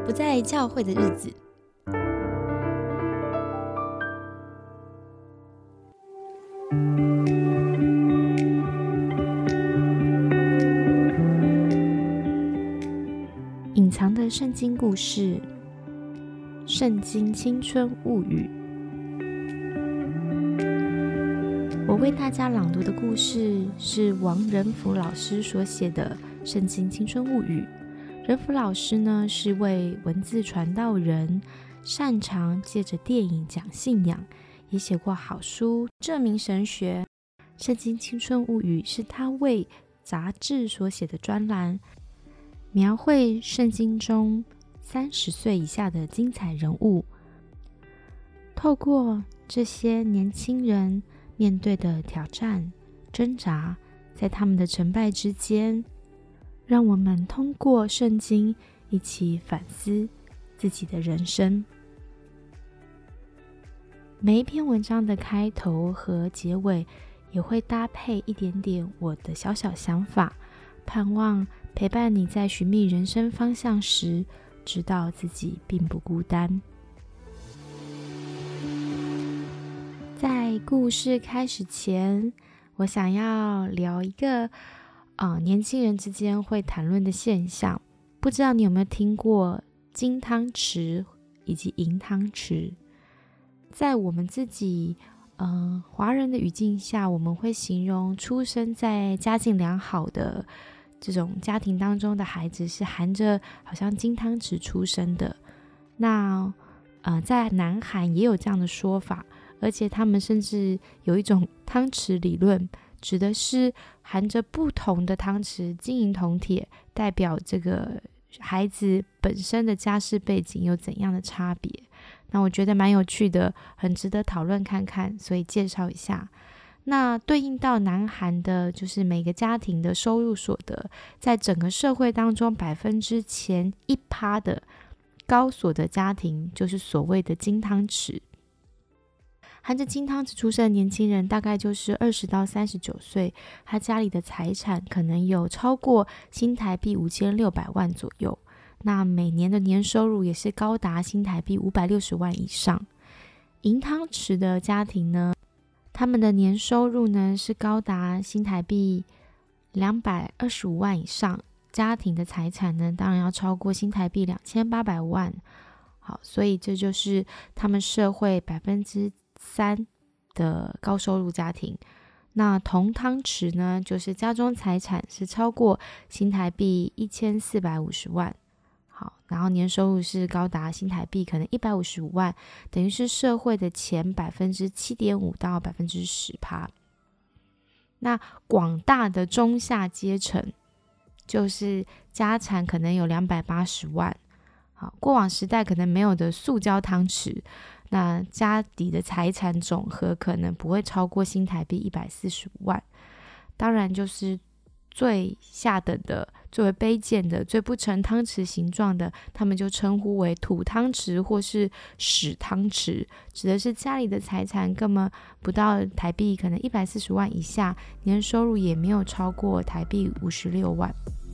不在教会的日子。隐藏的圣经故事，圣经青春物语。我为大家朗读的故事是王仁甫老师所写的《圣经青春物语》。仁甫老师呢是位文字传道人，擅长借着电影讲信仰，也写过好书证明神学。《圣经青春物语》是他为杂志所写的专栏，描绘圣经中30岁以下的精彩人物，透过这些年轻人面对的挑战、挣扎，在他们的成败之间，让我们通过圣经一起反思自己的人生。每一篇文章的开头和结尾也会搭配一点点我的小小想法，盼望陪伴你在寻觅人生方向时，知道自己并不孤单。在故事开始前，我想要聊一个年轻人之间会谈论的现象。不知道你有没有听过金汤匙以及银汤匙？在我们自己华人的语境下，我们会形容出生在家境良好的这种家庭当中的孩子是含着好像金汤匙出生的。那在南韩也有这样的说法，而且他们甚至有一种汤匙理论，指的是含着不同的汤匙，金银铜铁，代表这个孩子本身的家世背景有怎样的差别。那我觉得蛮有趣的，很值得讨论看看，所以介绍一下。那对应到南韩的就是每个家庭的收入所得，在整个社会当中前1%的高所得家庭，就是所谓的金汤匙。含着金汤匙出生的年轻人大概就是20到39岁，他家里的财产可能有超过新台币5600万左右，那每年的年收入也是高达新台币560万以上。银汤匙的家庭呢，他们的年收入呢是高达新台币225万以上，家庭的财产呢当然要超过新台币2800万。好，所以这就是他们社会3%的高收入家庭。那铜汤匙呢，就是家中财产是超过新台币1450万。好，然后年收入是高达新台币可能155万，等于是社会的前7.5%到10%。那广大的中下阶层，就是家产可能有280万。好，过往时代可能没有的塑胶汤匙，那家底的财产总和可能不会超过新台币145万。当然就是最下等的、最为卑贱的、最不成汤匙形状的，他们就称呼为土汤匙或是屎汤匙，指的是家里的财产根本不到台币可能140万以下，年收入也没有超过台币56万。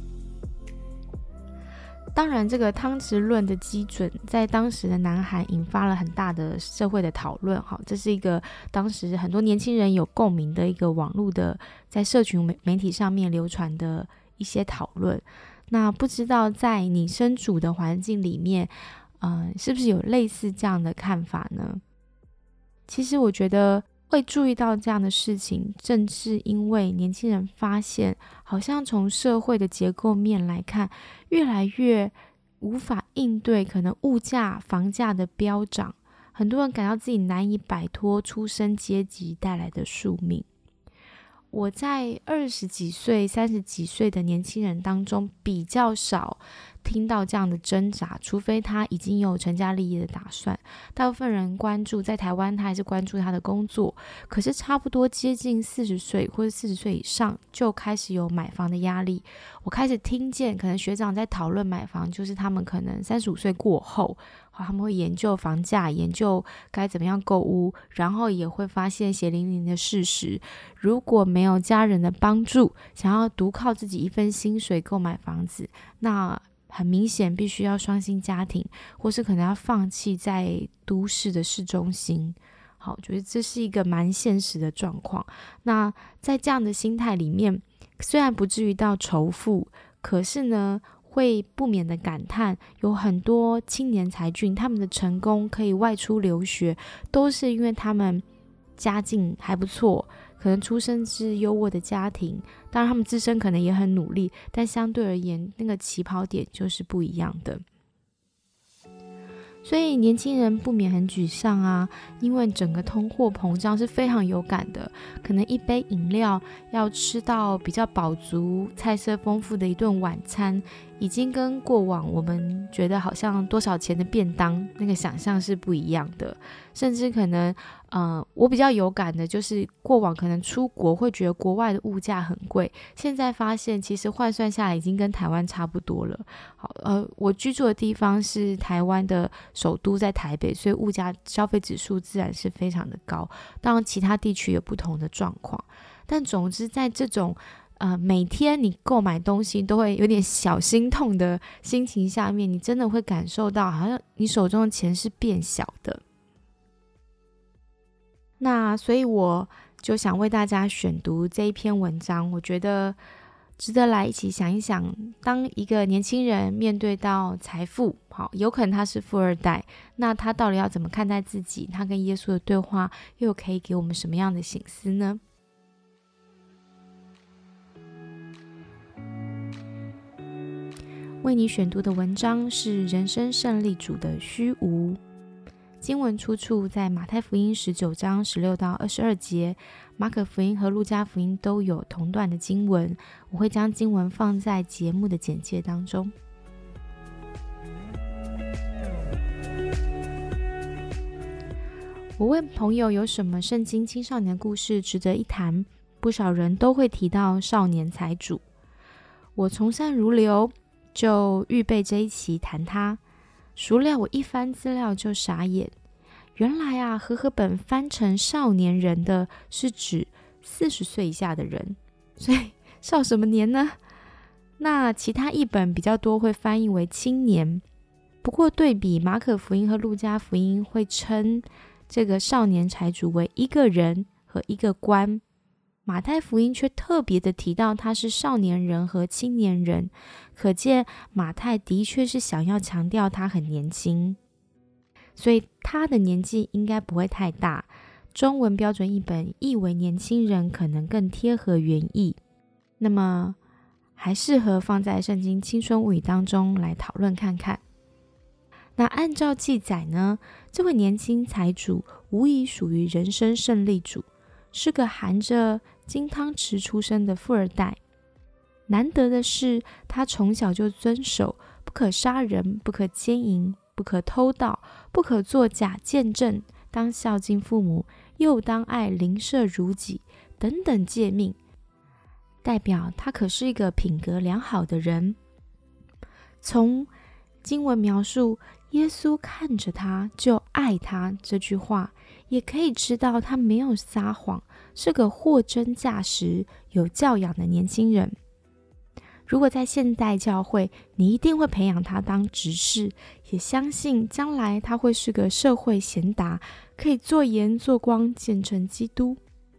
当然这个汤匙论的基准在当时的南韩引发了很大的社会的讨论。这是一个当时很多年轻人有共鸣的一个网络的在社群媒体上面流传的一些讨论。那不知道在你身处的环境里面是不是有类似这样的看法呢？其实我觉得会注意到这样的事情，正是因为年轻人发现好像从社会的结构面来看，越来越无法应对可能物价、房价的飙涨，很多人感到自己难以摆脱出身阶级带来的宿命。我在20几岁、30几岁的年轻人当中比较少听到这样的挣扎，除非他已经有成家立业的打算。大部分人关注在台湾，他还是关注他的工作，可是差不多接近40岁或者40岁以上就开始有买房的压力。我开始听见可能学长在讨论买房，就是他们可能35岁过后，他们会研究房价，研究该怎么样购屋，然后也会发现血淋淋的事实，如果没有家人的帮助，想要独靠自己一份薪水购买房子，那很明显必须要双薪家庭，或是可能要放弃在都市的市中心。好，我觉得这是一个蛮现实的状况。那在这样的心态里面，虽然不至于到仇富，可是呢会不免的感叹，有很多青年才俊他们的成功可以外出留学，都是因为他们家境还不错，可能出身自优渥的家庭，当然他们自身可能也很努力，但相对而言那个起跑点就是不一样的。所以年轻人不免很沮丧啊，因为整个通货膨胀是非常有感的，可能一杯饮料要吃到比较饱足、菜色丰富的一顿晚餐，已经跟过往我们觉得好像多少钱的便当那个想象是不一样的。甚至可能我比较有感的就是过往可能出国会觉得国外的物价很贵，现在发现其实换算下来已经跟台湾差不多了。好，我居住的地方是台湾的首都在台北，所以物价消费指数自然是非常的高，当然其他地区有不同的状况，但总之在这种每天你购买东西都会有点小心痛的心情下面，你真的会感受到好像你手中的钱是变小的。那所以我就想为大家选读这一篇文章，我觉得值得来一起想一想，当一个年轻人面对到财富，好，有可能他是富二代，那他到底要怎么看待自己？他跟耶稣的对话又可以给我们什么样的省思呢？为你选读的文章是人生胜利组的虚无。经文出处在马太福音19章16到22节，马可福音和路加福音都有同段的经文，我会将经文放在节目的简介当中。我问朋友有什么圣经青少年故事值得一谈，不少人都会提到少年财主。我从善如流，就预备这一期谈他。孰料我一翻资料就傻眼，原来啊，和合本翻成少年人的是指40岁以下的人，所以少什么年呢？那其他译本比较多会翻译为青年，不过对比马可福音和路加福音会称这个少年财主为一个人和一个官，马太福音却特别的提到他是少年人和青年人，可见马太的确是想要强调他很年轻，所以他的年纪应该不会太大。中文标准译本译为年轻人可能更贴合原意，那么还适合放在圣经青春物语当中来讨论看看。那按照记载呢，这位年轻财主无疑属于人生胜利组，是个含着金汤匙出生的富二代。难得的是，他从小就遵守不可杀人、不可奸淫、不可偷盗、不可作假见证、当孝敬父母、又当爱邻舍如己等等诫命，代表他可是一个品格良好的人。从经文描述耶稣看着他就爱他这句话，也可以知道他没有撒谎，是个货真价实、有教养的年轻人。如果在现代教会，你一定会培养他当执事，也相信将来他会是个社会贤达，可以做盐做光，见证基督。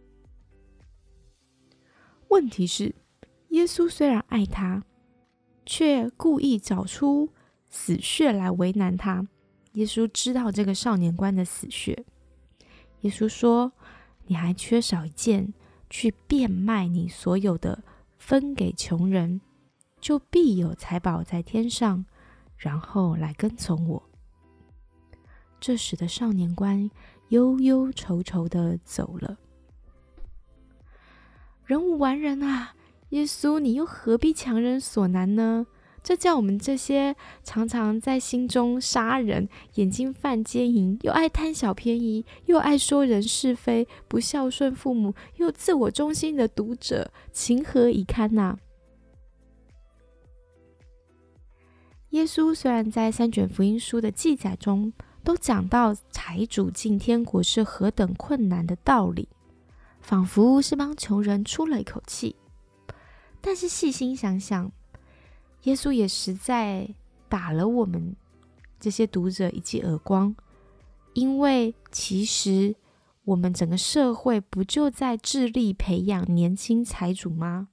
问题是，耶稣虽然爱他，却故意找出死穴来为难他。耶稣知道这个少年官的死穴，耶稣说，你还缺少一件，去变卖你所有的，分给穷人，就必有财宝在天上，然后来跟从我。这使得少年官忧忧愁愁地走了。人无完人啊，耶稣你又何必强人所难呢？这叫我们这些常常在心中杀人、眼睛犯奸淫、又爱贪小便宜、又爱说人是非、不孝顺父母、又自我中心的读者，情何以堪啊？耶稣虽然在3卷福音书的记载中都讲到财主进天国是何等困难的道理，仿佛是帮穷人出了一口气，但是细心想想，耶稣也实在打了我们这些读者一记耳光，因为其实我们整个社会不就在致力培养年轻财主吗？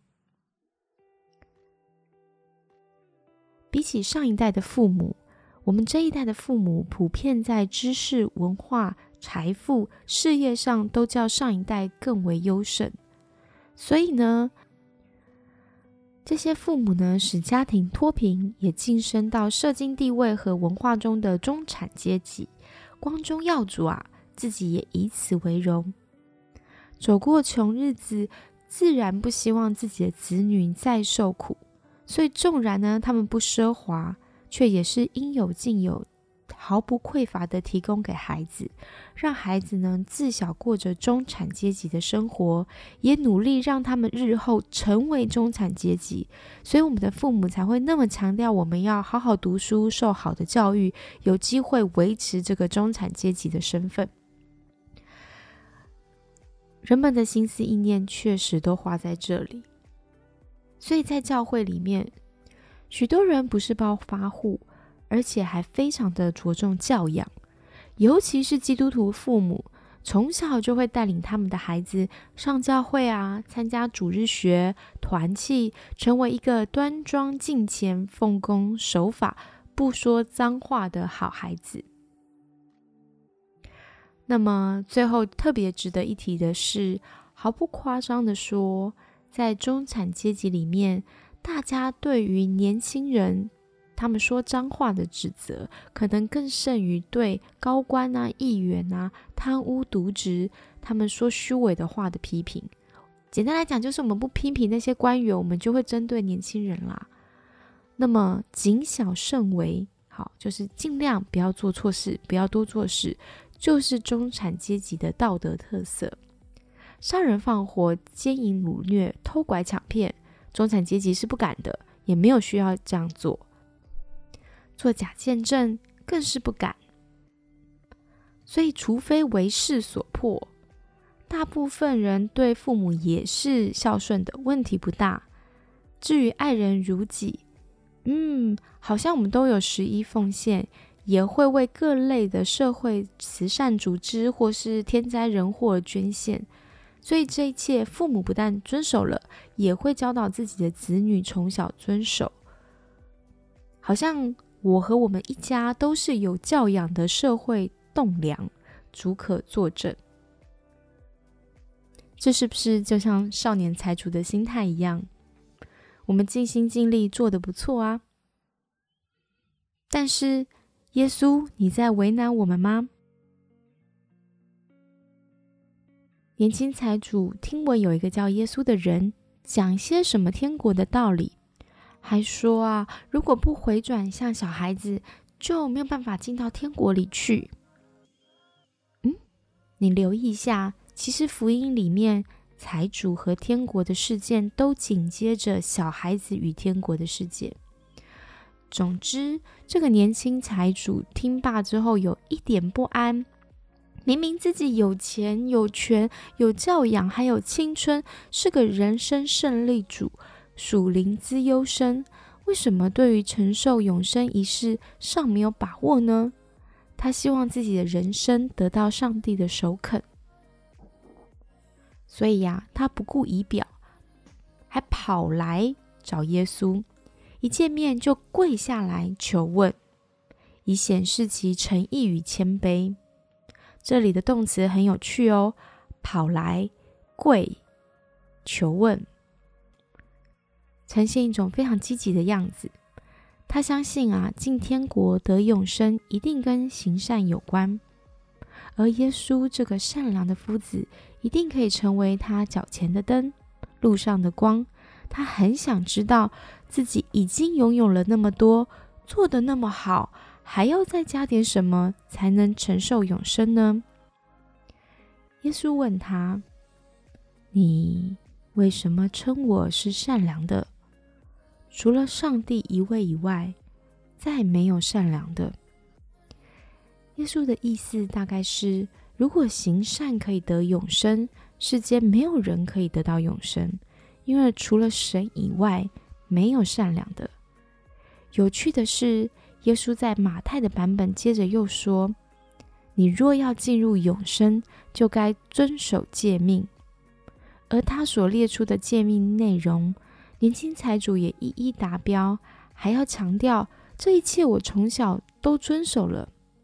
比起上一代的父母，我们这一代的父母普遍在知识、文化、财富、事业上都较上一代更为优胜。所以呢，这些父母呢，使家庭脱贫，也晋升到社经地位和文化中的中产阶级。光宗耀祖啊，自己也以此为荣。走过穷日子，自然不希望自己的子女再受苦，所以纵然呢，他们不奢华，却也是应有尽有，毫不匮乏地提供给孩子，让孩子呢自小过着中产阶级的生活，也努力让他们日后成为中产阶级。所以我们的父母才会那么强调我们要好好读书，受好的教育，有机会维持这个中产阶级的身份。人们的心思意念确实都花在这里，所以在教会里面，许多人不是暴发户，而且还非常的着重教养，尤其是基督徒父母，从小就会带领他们的孩子上教会啊，参加主日学、团契，成为一个端庄敬虔、奉公守法、不说脏话的好孩子。那么最后特别值得一提的是，毫不夸张的说，在中产阶级里面，大家对于年轻人他们说脏话的指责，可能更甚于对高官啊、议员啊、贪污渎职他们说虚伪的话的批评。简单来讲，就是我们不批评那些官员，我们就会针对年轻人啦。那么谨小慎微，好，就是尽量不要做错事，不要多做事，就是中产阶级的道德特色。杀人放火、奸淫掳掠、偷拐抢骗，中产阶级是不敢的，也没有需要这样做。做假见证更是不敢。所以除非为势所迫，大部分人对父母也是孝顺的，问题不大。至于爱人如己，好像我们都有11奉献，也会为各类的社会慈善组织或是天灾人祸而捐献。所以这一切父母不但遵守了，也会教导自己的子女从小遵守。好像我和我们一家都是有教养的社会栋梁，足可作证。这是不是就像少年财主的心态一样？我们尽心尽力做得不错啊。但是耶稣，你在为难我们吗？年轻财主听闻有一个叫耶稣的人讲些什么天国的道理，还说啊，如果不回转像小孩子，就没有办法进到天国里去。你留意一下，其实福音里面财主和天国的事件都紧接着小孩子与天国的事件。总之，这个年轻财主听罢之后有一点不安，明明自己有钱有权有教养还有青春，是个人生胜利组，属灵资优生，为什么对于承受永生一事尚没有把握呢？他希望自己的人生得到上帝的首肯，所以他不顾仪表，还跑来找耶稣，一见面就跪下来求问，以显示其诚意与谦卑。这里的动词很有趣哦，跑来、跪、求问，呈现一种非常积极的样子。他相信进天国得永生一定跟行善有关，而耶稣这个善良的夫子一定可以成为他脚前的灯，路上的光。他很想知道自己已经拥有了那么多，做得那么好，还要再加点什么才能承受永生呢？耶稣问他，你为什么称我是善良的？除了上帝一位以外，再没有善良的。耶稣的意思大概是，如果行善可以得永生，世间没有人可以得到永生，因为除了神以外，没有善良的。有趣的是， 耶稣在马太的版本接着又说，你若要进入永生，就该遵守诫命。而他所列出的诫命内容，年轻财主也一一达标，还要强调这一切我从小都遵守了。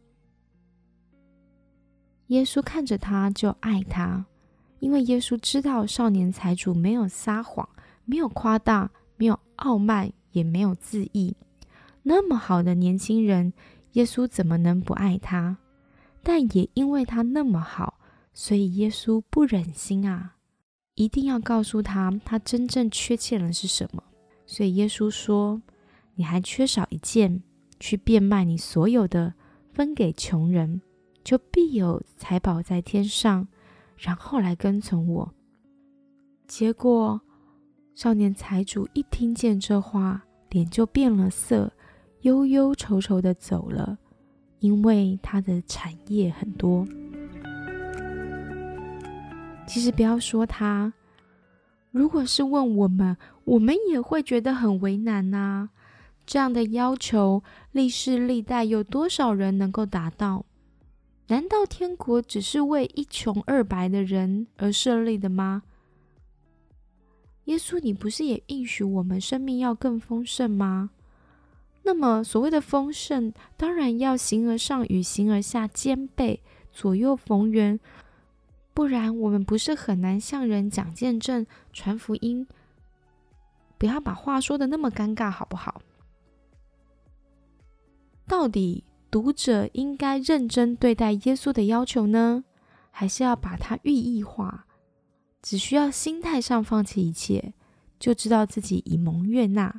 耶稣看着他就爱他，因为耶稣知道少年财主没有撒谎，没有夸大，没有傲慢，也没有自义。那么好的年轻人，耶稣怎么能不爱他？但也因为他那么好，所以耶稣不忍心啊，一定要告诉他他真正缺欠的是什么。所以耶稣说，你还缺少一件，去变卖你所有的，分给穷人，就必有财宝在天上，然后来跟从我。结果少年财主一听见这话，脸就变了色，忧忧愁愁地走了，因为他的产业很多。其实不要说他，如果是问我们，我们也会觉得很为难啊。这样的要求，历世历代有多少人能够达到？难道天国只是为一穷二白的人而设立的吗？耶稣，你不是也应许我们生命要更丰盛吗？那么所谓的丰盛，当然要形而上与形而下兼备，左右逢源，不然我们不是很难向人讲见证、传福音。不要把话说得那么尴尬好不好？到底读者应该认真对待耶稣的要求呢，还是要把它寓意化？只需要心态上放弃一切，就知道自己已蒙悦纳。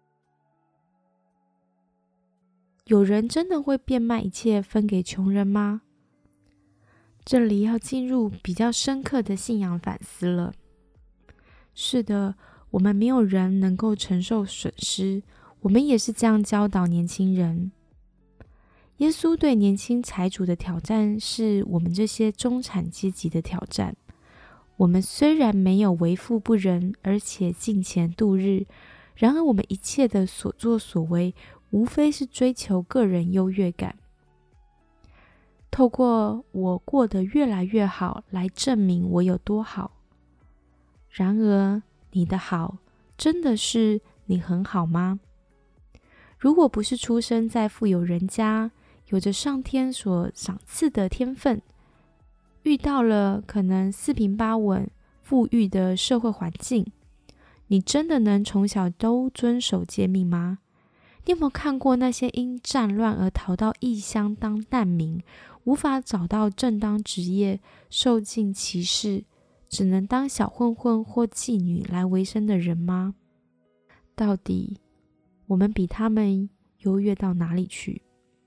有人真的会变卖一切分给穷人吗？这里要进入比较深刻的信仰反思了。是的，我们没有人能够承受损失，我们也是这样教导年轻人。耶稣对年轻财主的挑战，是我们这些中产阶级的挑战。我们虽然没有为富不仁，而且敬钱度日，然而我们一切的所作所为，无非是追求个人优越感，透过我过得越来越好来证明我有多好。然而，你的好真的是你很好吗？如果不是出生在富有人家，有着上天所赏赐的天分，遇到了可能四平八稳、富裕的社会环境，你真的能从小都遵守诫命吗？你有没有看过那些因战乱而逃到异乡当难民，无法找到正当职业，受尽歧视，只能当小混混或妓女来维生的人吗？到底我们比他们优越到哪里去？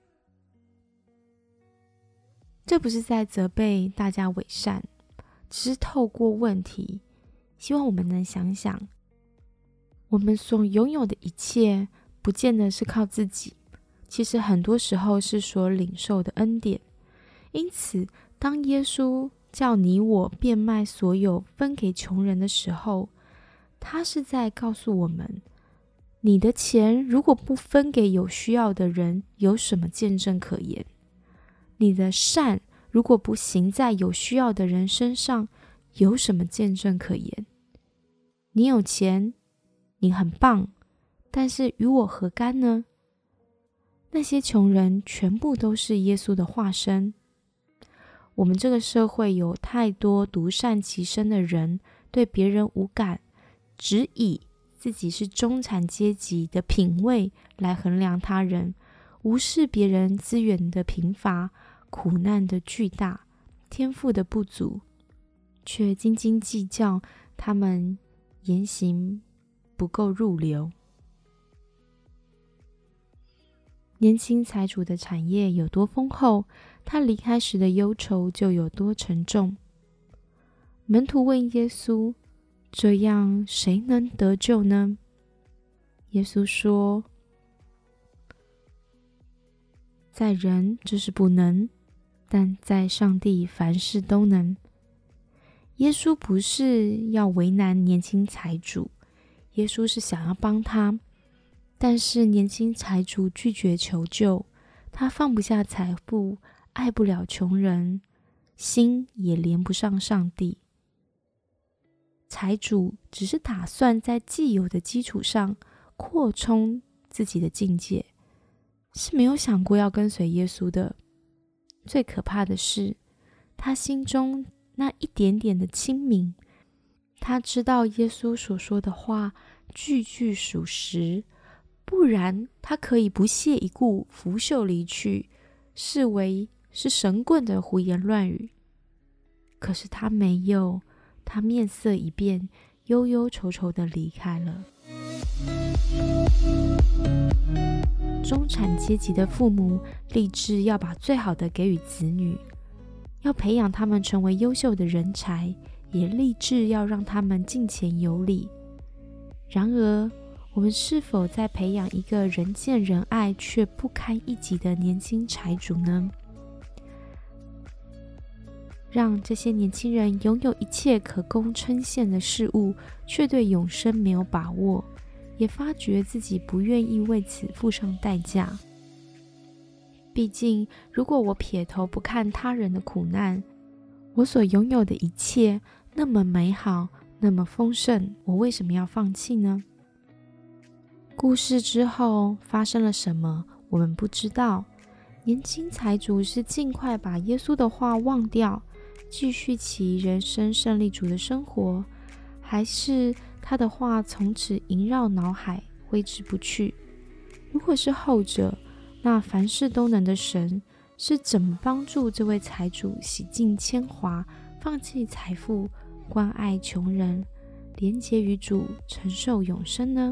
这不是在责备大家伪善，只是透过问题，希望我们能想想，我们所拥有的一切不见得是靠自己，其实很多时候是所领受的恩典。因此，当耶稣叫你我变卖所有分给穷人的时候，他是在告诉我们，你的钱如果不分给有需要的人，有什么见证可言？你的善如果不行在有需要的人身上，有什么见证可言？你有钱，你很棒，但是与我何干呢？那些穷人全部都是耶稣的化身。我们这个社会有太多独善其身的人，对别人无感，只以自己是中产阶级的品味来衡量他人，无视别人资源的贫乏、苦难的巨大、天赋的不足，却斤斤计较他们言行不够入流。年轻财主的产业有多丰厚，他离开时的忧愁就有多沉重。门徒问耶稣，这样谁能得救呢？耶稣说，在人这是不能，但在上帝凡事都能。耶稣不是要为难年轻财主，耶稣是想要帮他， 但是年轻财主拒绝求救，他放不下财富，爱不了穷人，心也连不上上帝。财主只是打算在既有的基础上扩充自己的境界，是没有想过要跟随耶稣的。最可怕的是，他心中那一点点的清明，他知道耶稣所说的话句句属实，不然他可以不屑一顾，拂袖离去，视为是神棍的胡言乱语。可是他没有，他面色一变，忧忧愁愁地离开了。中产阶级的父母立志要把最好的给予子女，要培养他们成为优秀的人才，也立志要让他们敬虔有礼。然而，我们是否在培养一个人见人爱却不堪一击的年轻财主呢？让这些年轻人拥有一切可供称羡的事物，却对永生没有把握，也发觉自己不愿意为此付上代价。毕竟，如果我撇头不看他人的苦难，我所拥有的一切那么美好，那么丰盛，我为什么要放弃呢？故事之后发生了什么，我们不知道。年轻财主是尽快把耶稣的话忘掉，继续其人生胜利主的生活，还是他的话从此萦绕脑海，挥之不去？如果是后者，那凡事都能的神是怎么帮助这位财主洗尽铅华，放弃财富，关爱穷人，连结于主，承受永生呢？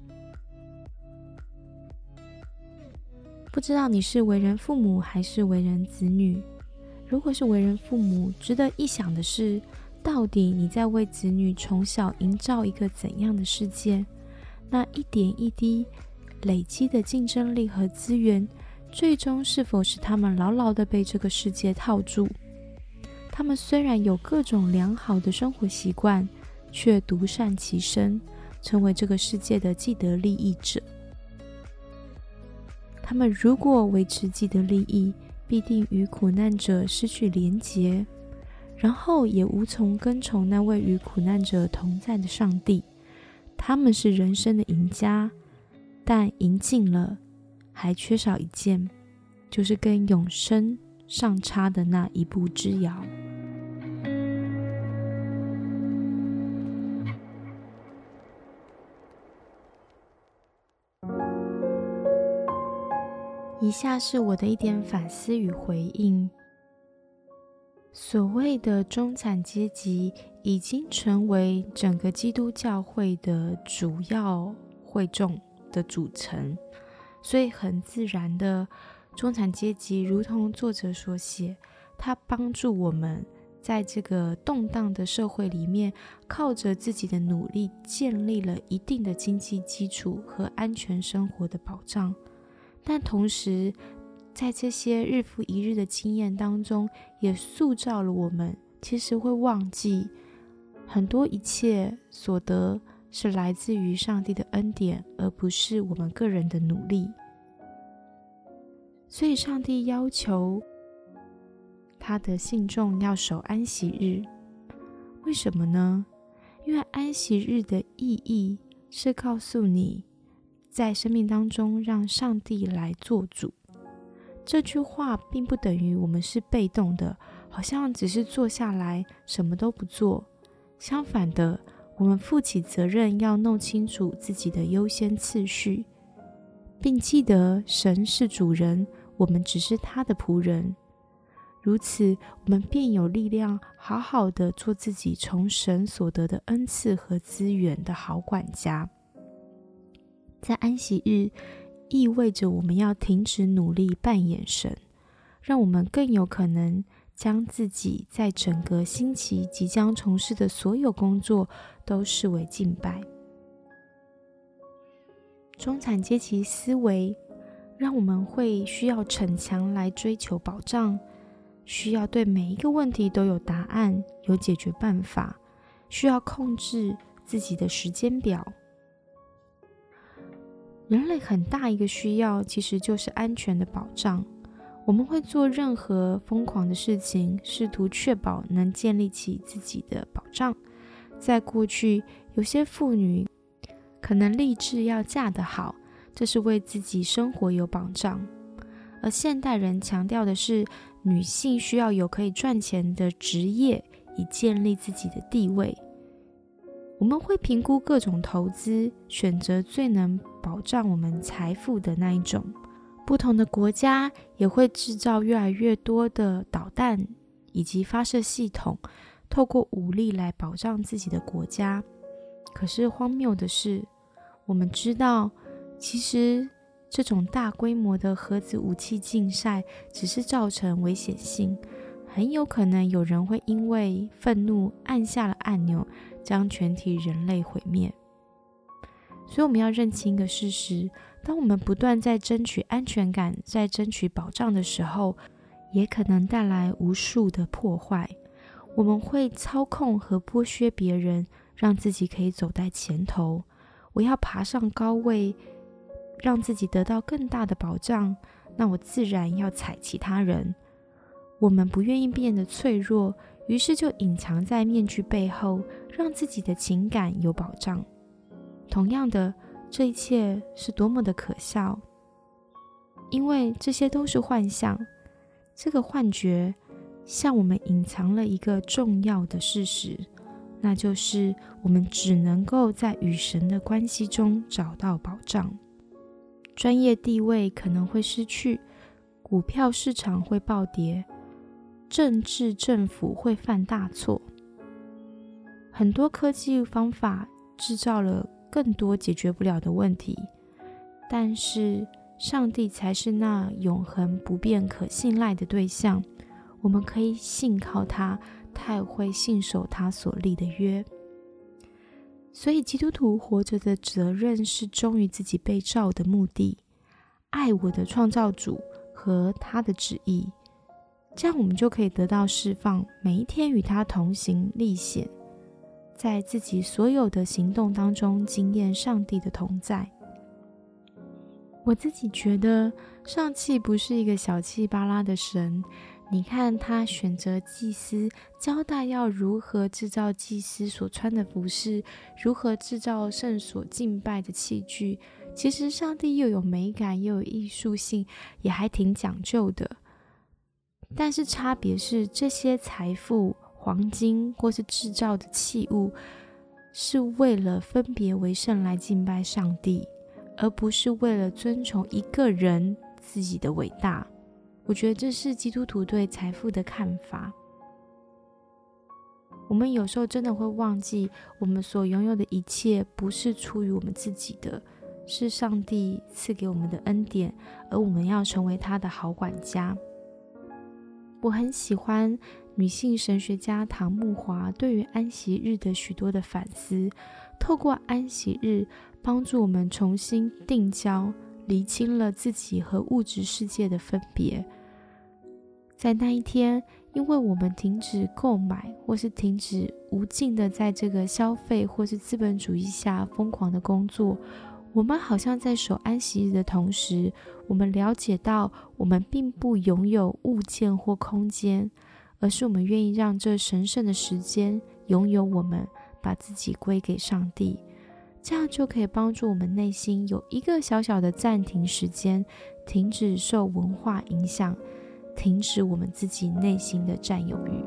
不知道你是为人父母还是为人子女？如果是为人父母，值得一想的是，到底你在为子女从小营造一个怎样的世界？那一点一滴累积的竞争力和资源，最终是否使他们牢牢地被这个世界套住？他们虽然有各种良好的生活习惯，却独善其身，成为这个世界的既得利益者。他们如果维持既得利益，必定与苦难者失去连结，然后也无从跟从那位与苦难者同在的上帝。他们是人生的赢家，但赢尽了，还缺少一件，就是跟永生尚差的那一步之遥。以下是我的一点反思与回应。所谓的中产阶级已经成为整个基督教会的主要会众的组成，所以很自然的，中产阶级如同作者所写，他帮助我们在这个动荡的社会里面，靠着自己的努力建立了一定的经济基础和安全生活的保障。但同时，在这些日复一日的经验当中，也塑造了我们其实会忘记很多一切所得是来自于上帝的恩典，而不是我们个人的努力。所以上帝要求他的信众要守安息日。为什么呢？因为安息日的意义是告诉你，在生命当中让上帝来做主。这句话并不等于我们是被动的，好像只是坐下来什么都不做。相反的，我们负起责任，要弄清楚自己的优先次序，并记得神是主人，我们只是他的仆人。如此，我们便有力量好好的做自己从神所得的恩赐和资源的好管家。在安息日意味着我们要停止努力扮演神，让我们更有可能将自己在整个星期即将从事的所有工作都视为敬拜。中产阶级思维让我们会需要逞强来追求保障，需要对每一个问题都有答案，有解决办法，需要控制自己的时间表。 人类很大一个需要其实就是安全的保障。我们会做任何疯狂的事情，试图确保能建立起自己的保障。在过去，有些妇女可能立志要嫁得好，这是为自己生活有保障。而现代人强调的是，女性需要有可以赚钱的职业，以建立自己的地位。我们会评估各种投资，选择最能保障我们财富的那一种。不同的国家也会制造越来越多的导弹以及发射系统，透过武力来保障自己的国家。可是荒谬的是，我们知道，其实这种大规模的核子武器竞赛只是造成危险性，很有可能有人会因为愤怒按下了按钮，将全体人类毁灭。所以我们要认清一个事实，当我们不断在争取安全感，在争取保障的时候，也可能带来无数的破坏。我们会操控和剥削别人，让自己可以走在前头。我要爬上高位，让自己得到更大的保障，那我自然要踩其他人。我们不愿意变得脆弱，于是就隐藏在面具背后，让自己的情感有保障。同样的，这一切是多么的可笑，因为这些都是幻象。这个幻觉向我们隐藏了一个重要的事实，那就是我们只能够在与神的关系中找到保障。专业地位可能会失去，股票市场会暴跌，政治政府会犯大错。很多科技方法制造了更多解决不了的问题，但是上帝才是那永恒不变可信赖的对象。我们可以信靠他，他也会信守他所立的约。所以基督徒活着的责任是忠于自己被造的目的，爱我的创造主和他的旨意，这样我们就可以得到释放，每一天与他同行历险，在自己所有的行动当中经验上帝的同在。我自己觉得上帝不是一个小气巴拉的神，你看他选择祭司，交代要如何制造祭司所穿的服饰，如何制造圣所敬拜的器具。其实上帝又有美感又有艺术性，也还挺讲究的。但是差别是，这些财富、黄金或是制造的器物，是为了分别为圣来敬拜上帝，而不是为了尊崇一个人自己的伟大。我觉得这是基督徒对财富的看法。我们有时候真的会忘记，我们所拥有的一切不是出于我们自己的，是上帝赐给我们的恩典，而我们要成为他的好管家。我很喜欢女性神学家唐木华对于安息日的许多的反思，透过安息日帮助我们重新定焦，厘清了自己和物质世界的分别。在那一天，因为我们停止购买，或是停止无尽的在这个消费或是资本主义下疯狂的工作，我们好像在守安息日的同时，我们了解到我们并不拥有物件或空间，而是我们愿意让这神圣的时间拥有我们，把自己归给上帝。这样就可以帮助我们内心有一个小小的暂停时间，停止受文化影响，停止我们自己内心的占有欲。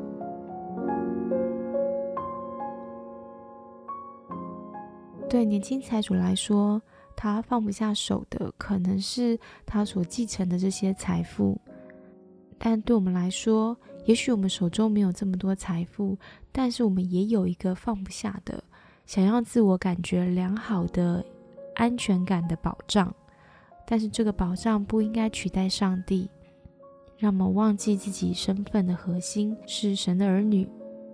对年轻财主来说，他放不下手的可能是他所继承的这些财富，但对我们来说，也许我们手中没有这么多财富，但是我们也有一个放不下的，想要自我感觉良好的安全感的保障。但是这个保障不应该取代上帝，让我们忘记自己身份的核心是神的儿女。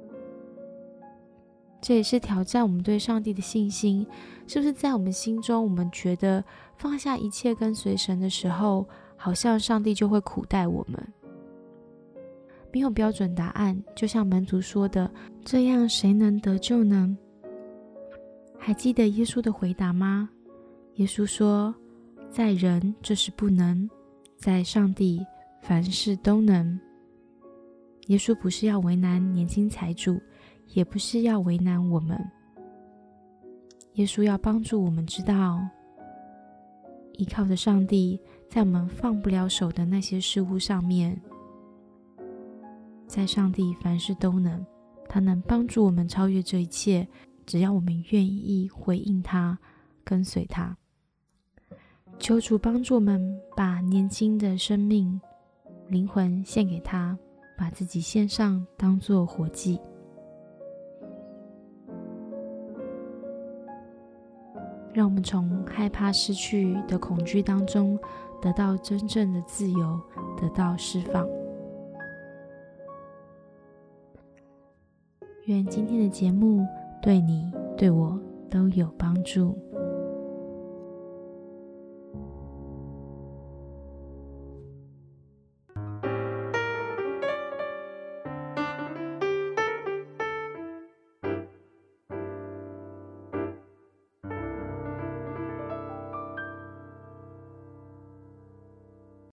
这也是挑战我们对上帝的信心，是不是在我们心中，我们觉得放下一切跟随神的时候，好像上帝就会苦待我们？没有标准答案，就像门徒说的，这样谁能得救呢？还记得耶稣的回答吗？耶稣说， 在人这是不能，在上帝凡事都能。耶稣不是要为难年轻财主，也不是要为难我们。耶稣要帮助我们知道，依靠着上帝，在我们放不了手的那些事物上面，在上帝凡事都能，他能帮助我们超越这一切，只要我们愿意回应他，跟随他。求主帮助我们把年轻的生命、灵魂献给他，把自己献上，当作活祭。让我们从害怕失去的恐惧当中得到真正的自由，得到释放。愿今天的节目对你对我都有帮助。